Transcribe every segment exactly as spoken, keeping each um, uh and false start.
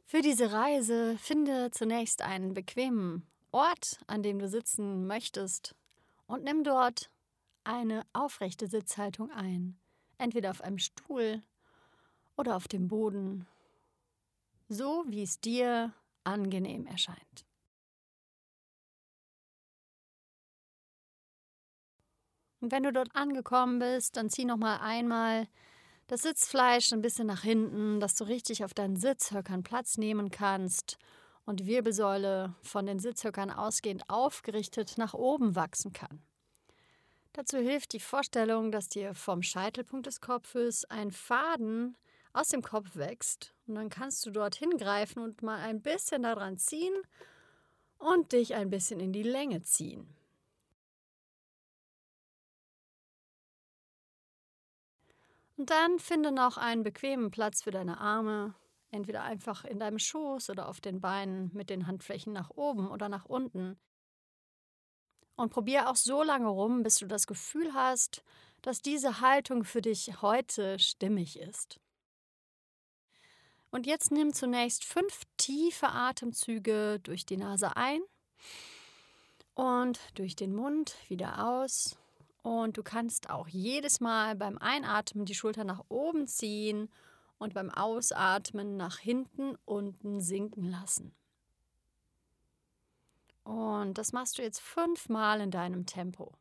Für diese Reise finde zunächst einen bequemen Ort, an dem du sitzen möchtest, und nimm dort eine aufrechte Sitzhaltung ein, entweder auf einem Stuhl oder auf dem Boden, so wie es dir angenehm erscheint. Und wenn du dort angekommen bist, dann zieh noch mal einmal das Sitzfleisch ein bisschen nach hinten, dass du richtig auf deinen Sitzhöckern Platz nehmen kannst und die Wirbelsäule von den Sitzhöckern ausgehend aufgerichtet nach oben wachsen kann. Dazu hilft die Vorstellung, dass dir vom Scheitelpunkt des Kopfes ein Faden aus dem Kopf wächst, und dann kannst du dorthin greifen und mal ein bisschen daran ziehen und dich ein bisschen in die Länge ziehen. Und dann finde noch einen bequemen Platz für deine Arme, entweder einfach in deinem Schoß oder auf den Beinen mit den Handflächen nach oben oder nach unten. Und probier auch so lange rum, bis du das Gefühl hast, dass diese Haltung für dich heute stimmig ist. Und jetzt nimm zunächst fünf tiefe Atemzüge durch die Nase ein und durch den Mund wieder aus. Und du kannst auch jedes Mal beim Einatmen die Schulter nach oben ziehen und beim Ausatmen nach hinten unten sinken lassen. Und das machst du jetzt fünfmal in deinem Tempo.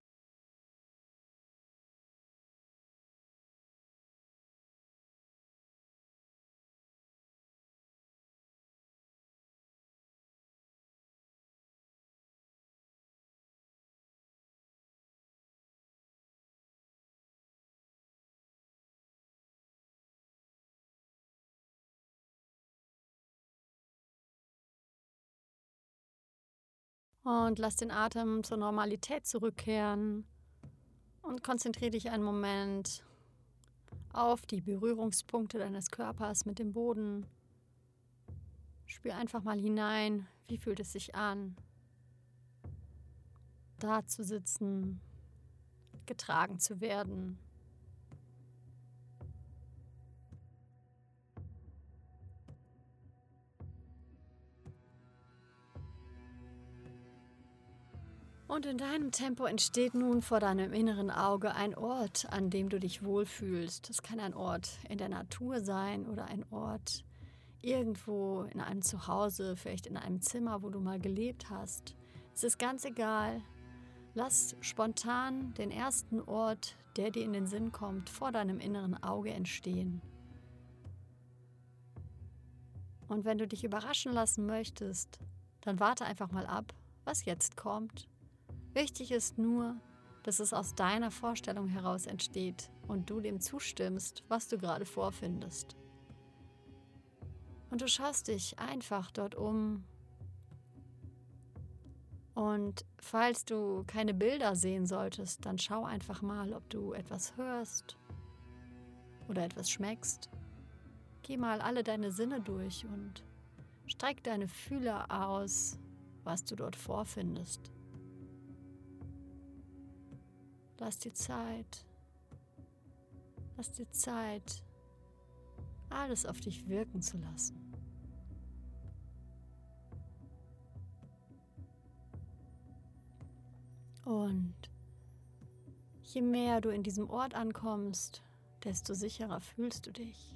Und lass den Atem zur Normalität zurückkehren und konzentriere dich einen Moment auf die Berührungspunkte deines Körpers mit dem Boden. Spür einfach mal hinein, wie fühlt es sich an, da zu sitzen, getragen zu werden. Und in deinem Tempo entsteht nun vor deinem inneren Auge ein Ort, an dem du dich wohlfühlst. Das kann ein Ort in der Natur sein oder ein Ort irgendwo in einem Zuhause, vielleicht in einem Zimmer, wo du mal gelebt hast. Es ist ganz egal. Lass spontan den ersten Ort, der dir in den Sinn kommt, vor deinem inneren Auge entstehen. Und wenn du dich überraschen lassen möchtest, dann warte einfach mal ab, was jetzt kommt. Wichtig ist nur, dass es aus deiner Vorstellung heraus entsteht und du dem zustimmst, was du gerade vorfindest. Und du schaust dich einfach dort um. Und falls du keine Bilder sehen solltest, dann schau einfach mal, ob du etwas hörst oder etwas schmeckst. Geh mal alle deine Sinne durch und streck deine Fühler aus, was du dort vorfindest. Lass dir Zeit. Lass dir Zeit, alles auf dich wirken zu lassen. Und je mehr du in diesem Ort ankommst, desto sicherer fühlst du dich.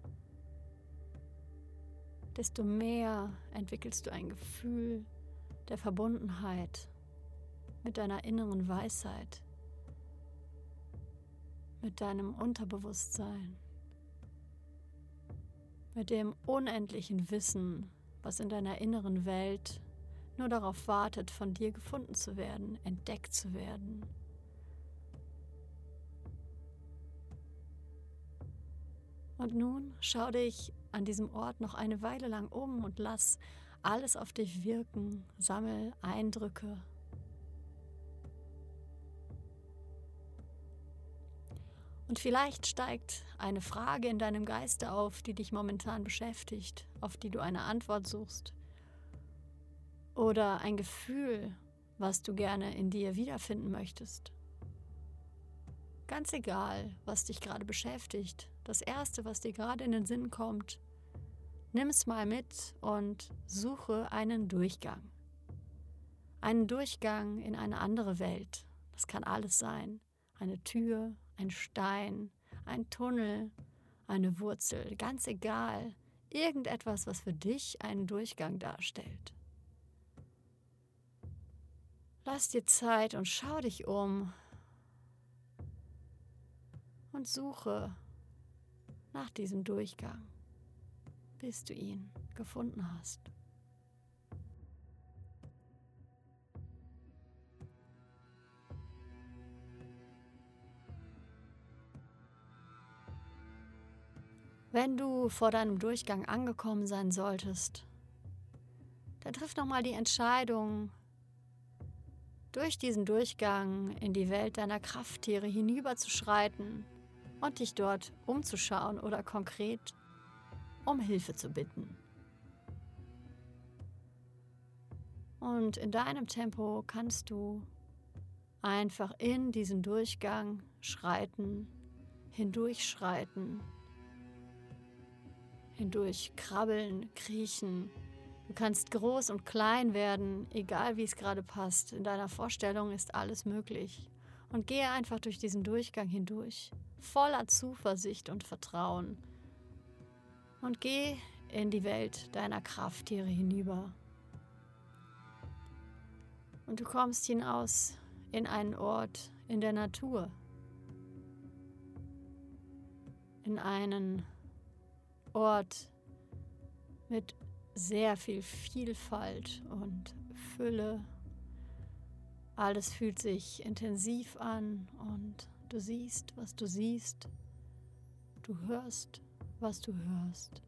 Desto mehr entwickelst du ein Gefühl der Verbundenheit mit deiner inneren Weisheit, mit deinem Unterbewusstsein, mit dem unendlichen Wissen, was in deiner inneren Welt nur darauf wartet, von dir gefunden zu werden, entdeckt zu werden. Und nun schau dich an diesem Ort noch eine Weile lang um und lass alles auf dich wirken, sammel Eindrücke. Und vielleicht steigt eine Frage in deinem Geiste auf, die dich momentan beschäftigt, auf die du eine Antwort suchst. Oder ein Gefühl, was du gerne in dir wiederfinden möchtest. Ganz egal, was dich gerade beschäftigt. Das Erste, was dir gerade in den Sinn kommt, Nimm es mal mit und suche einen Durchgang. Einen Durchgang in eine andere Welt. Das kann alles sein. Eine Tür, ein Stein, ein Tunnel, eine Wurzel, ganz egal. Irgendetwas, was für dich einen Durchgang darstellt. Lass dir Zeit und schau dich um und suche nach diesem Durchgang, bis du ihn gefunden hast. Wenn du vor deinem Durchgang angekommen sein solltest, dann triff nochmal die Entscheidung, durch diesen Durchgang in die Welt deiner Krafttiere hinüberzuschreiten und dich dort umzuschauen oder konkret um Hilfe zu bitten. Und in deinem Tempo kannst du einfach in diesen Durchgang schreiten, hindurchschreiten, hindurch krabbeln, kriechen. Du kannst groß und klein werden, egal wie es gerade passt. In deiner Vorstellung ist alles möglich. Und gehe einfach durch diesen Durchgang hindurch, voller Zuversicht und Vertrauen. Und geh in die Welt deiner Krafttiere hinüber. Und du kommst hinaus in einen Ort in der Natur. In einen Ort mit sehr viel Vielfalt und Fülle. Alles fühlt sich intensiv an und du siehst, was du siehst. Du hörst, was du hörst.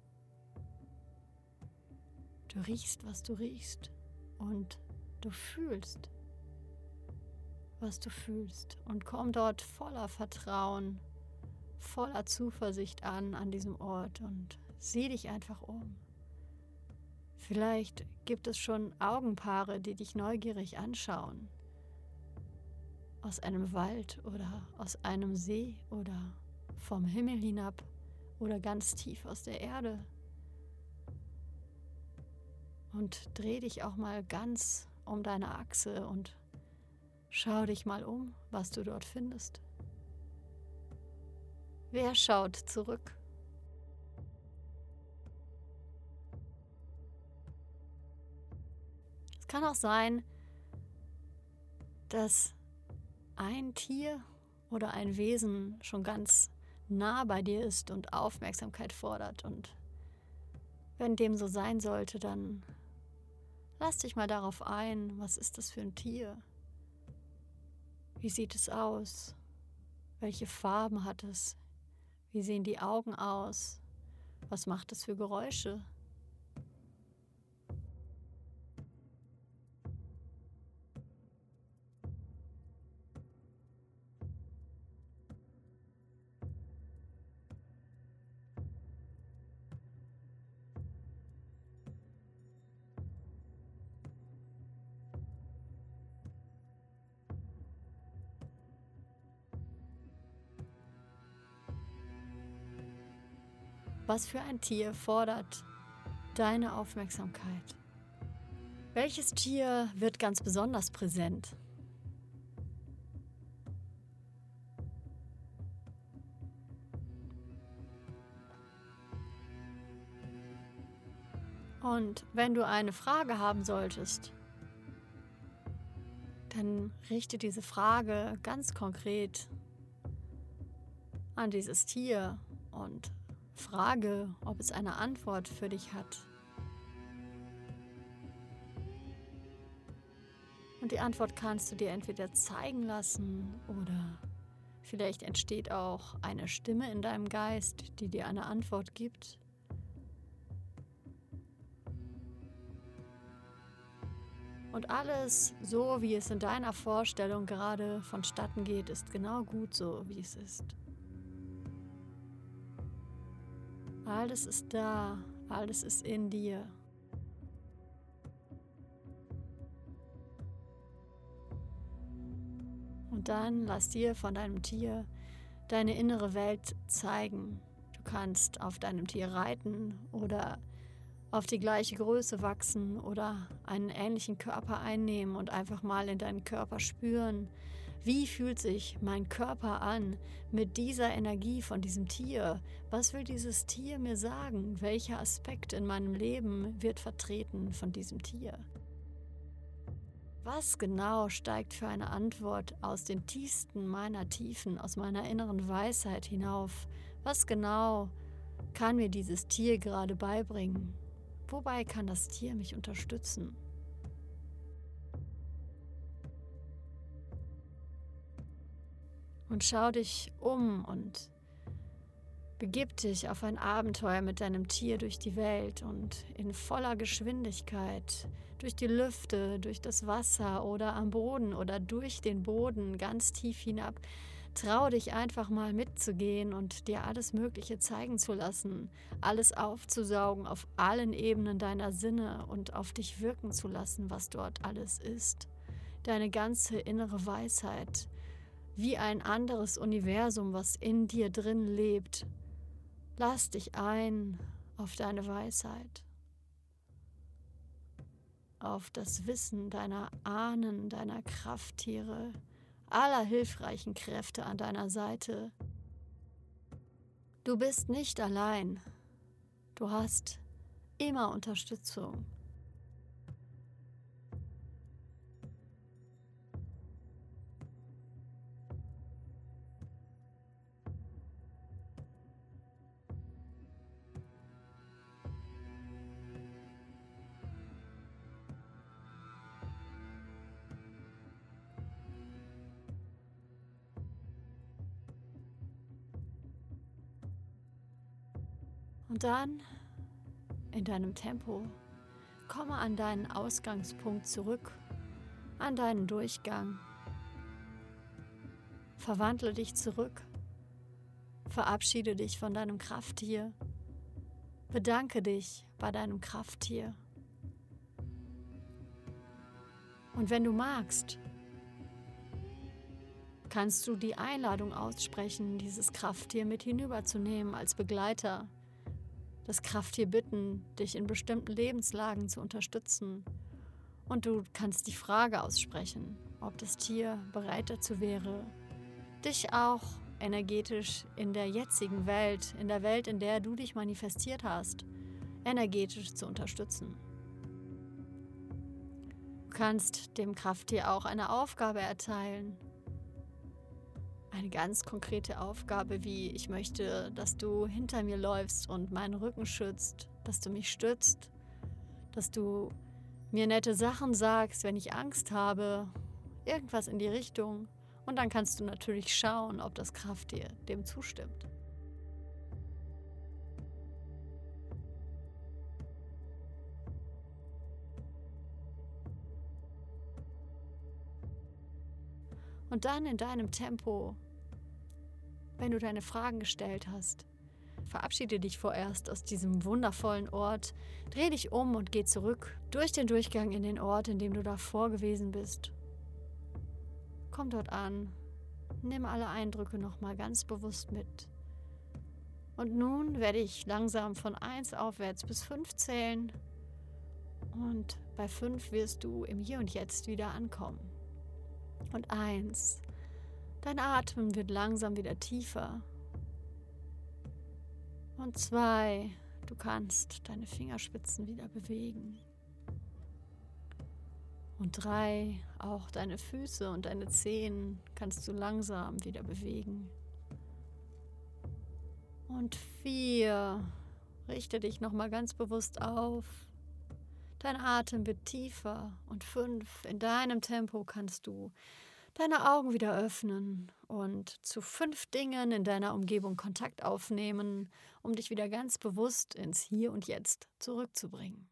Du riechst, was du riechst und du fühlst, was du fühlst. Und komm dort voller Vertrauen, voller Zuversicht an, an diesem Ort und sieh dich einfach um. Vielleicht gibt es schon Augenpaare, die dich neugierig anschauen. Aus einem Wald oder aus einem See oder vom Himmel hinab oder ganz tief aus der Erde. Und dreh dich auch mal ganz um deine Achse und schau dich mal um, was du dort findest. Wer schaut zurück? Es kann auch sein, dass ein Tier oder ein Wesen schon ganz nah bei dir ist und Aufmerksamkeit fordert. Und wenn dem so sein sollte, dann lass dich mal darauf ein, was ist das für ein Tier? Wie sieht es aus? Welche Farben hat es? Wie sehen die Augen aus? Was macht es für Geräusche? Was für ein Tier fordert deine Aufmerksamkeit? Welches Tier wird ganz besonders präsent? Und wenn du eine Frage haben solltest, dann richte diese Frage ganz konkret an dieses Tier und frage, ob es eine Antwort für dich hat. Und die Antwort kannst du dir entweder zeigen lassen oder vielleicht entsteht auch eine Stimme in deinem Geist, die dir eine Antwort gibt. Und alles, so wie es in deiner Vorstellung gerade vonstatten geht, ist genau gut so, wie es ist. Alles ist da, alles ist in dir. Und dann lass dir von deinem Tier deine innere Welt zeigen. Du Du kannst auf deinem Tier reiten oder auf die gleiche Größe wachsen oder einen ähnlichen Körper einnehmen und einfach mal in deinen Körper spüren. Wie fühlt sich mein Körper an mit dieser Energie von diesem Tier? Was will dieses Tier mir sagen? Welcher Aspekt in meinem Leben wird vertreten von diesem Tier? Was genau steigt für eine Antwort aus den tiefsten meiner Tiefen, aus meiner inneren Weisheit hinauf? Was genau kann mir dieses Tier gerade beibringen? Wobei kann das Tier mich unterstützen? Und schau dich um und begib dich auf ein Abenteuer mit deinem Tier durch die Welt und in voller Geschwindigkeit durch die Lüfte, durch das Wasser oder am Boden oder durch den Boden ganz tief hinab. Trau dich einfach mal mitzugehen und dir alles Mögliche zeigen zu lassen, alles aufzusaugen auf allen Ebenen deiner Sinne und auf dich wirken zu lassen, was dort alles ist. Deine ganze innere Weisheit, wie ein anderes Universum, was in dir drin lebt. Lass dich ein auf deine Weisheit, auf das Wissen deiner Ahnen, deiner Krafttiere, aller hilfreichen Kräfte an deiner Seite. Du bist nicht allein. Du hast immer Unterstützung. Und dann, in deinem Tempo, komme an deinen Ausgangspunkt zurück, an deinen Durchgang. Verwandle dich zurück, verabschiede dich von deinem Krafttier, bedanke dich bei deinem Krafttier. Und wenn du magst, kannst du die Einladung aussprechen, dieses Krafttier mit hinüberzunehmen als Begleiter. Das Krafttier bitten, dich in bestimmten Lebenslagen zu unterstützen. Und du kannst die Frage aussprechen, ob das Tier bereit dazu wäre, dich auch energetisch in der jetzigen Welt, in der Welt, in der du dich manifestiert hast, energetisch zu unterstützen. Du kannst dem Krafttier auch eine Aufgabe erteilen. Eine ganz konkrete Aufgabe wie, ich möchte, dass du hinter mir läufst und meinen Rücken schützt, dass du mich stützt, dass du mir nette Sachen sagst, wenn ich Angst habe, irgendwas in die Richtung. Und dann kannst du natürlich schauen, ob das Krafttier dem zustimmt. Und dann in deinem Tempo, wenn du deine Fragen gestellt hast, verabschiede dich vorerst aus diesem wundervollen Ort, dreh dich um und geh zurück durch den Durchgang in den Ort, in dem du davor gewesen bist. Komm dort an, nimm alle Eindrücke nochmal ganz bewusst mit. Und nun werde ich langsam von eins aufwärts bis fünf zählen und bei fünf wirst du im Hier und Jetzt wieder ankommen. Und eins, dein Atmen wird langsam wieder tiefer. Und zwei, du kannst deine Fingerspitzen wieder bewegen. Und drei, auch deine Füße und deine Zehen kannst du langsam wieder bewegen. Und vier, richte dich nochmal ganz bewusst auf. Dein Atem wird tiefer. Und fünf, in deinem Tempo kannst du deine Augen wieder öffnen und zu fünf Dingen in deiner Umgebung Kontakt aufnehmen, um dich wieder ganz bewusst ins Hier und Jetzt zurückzubringen.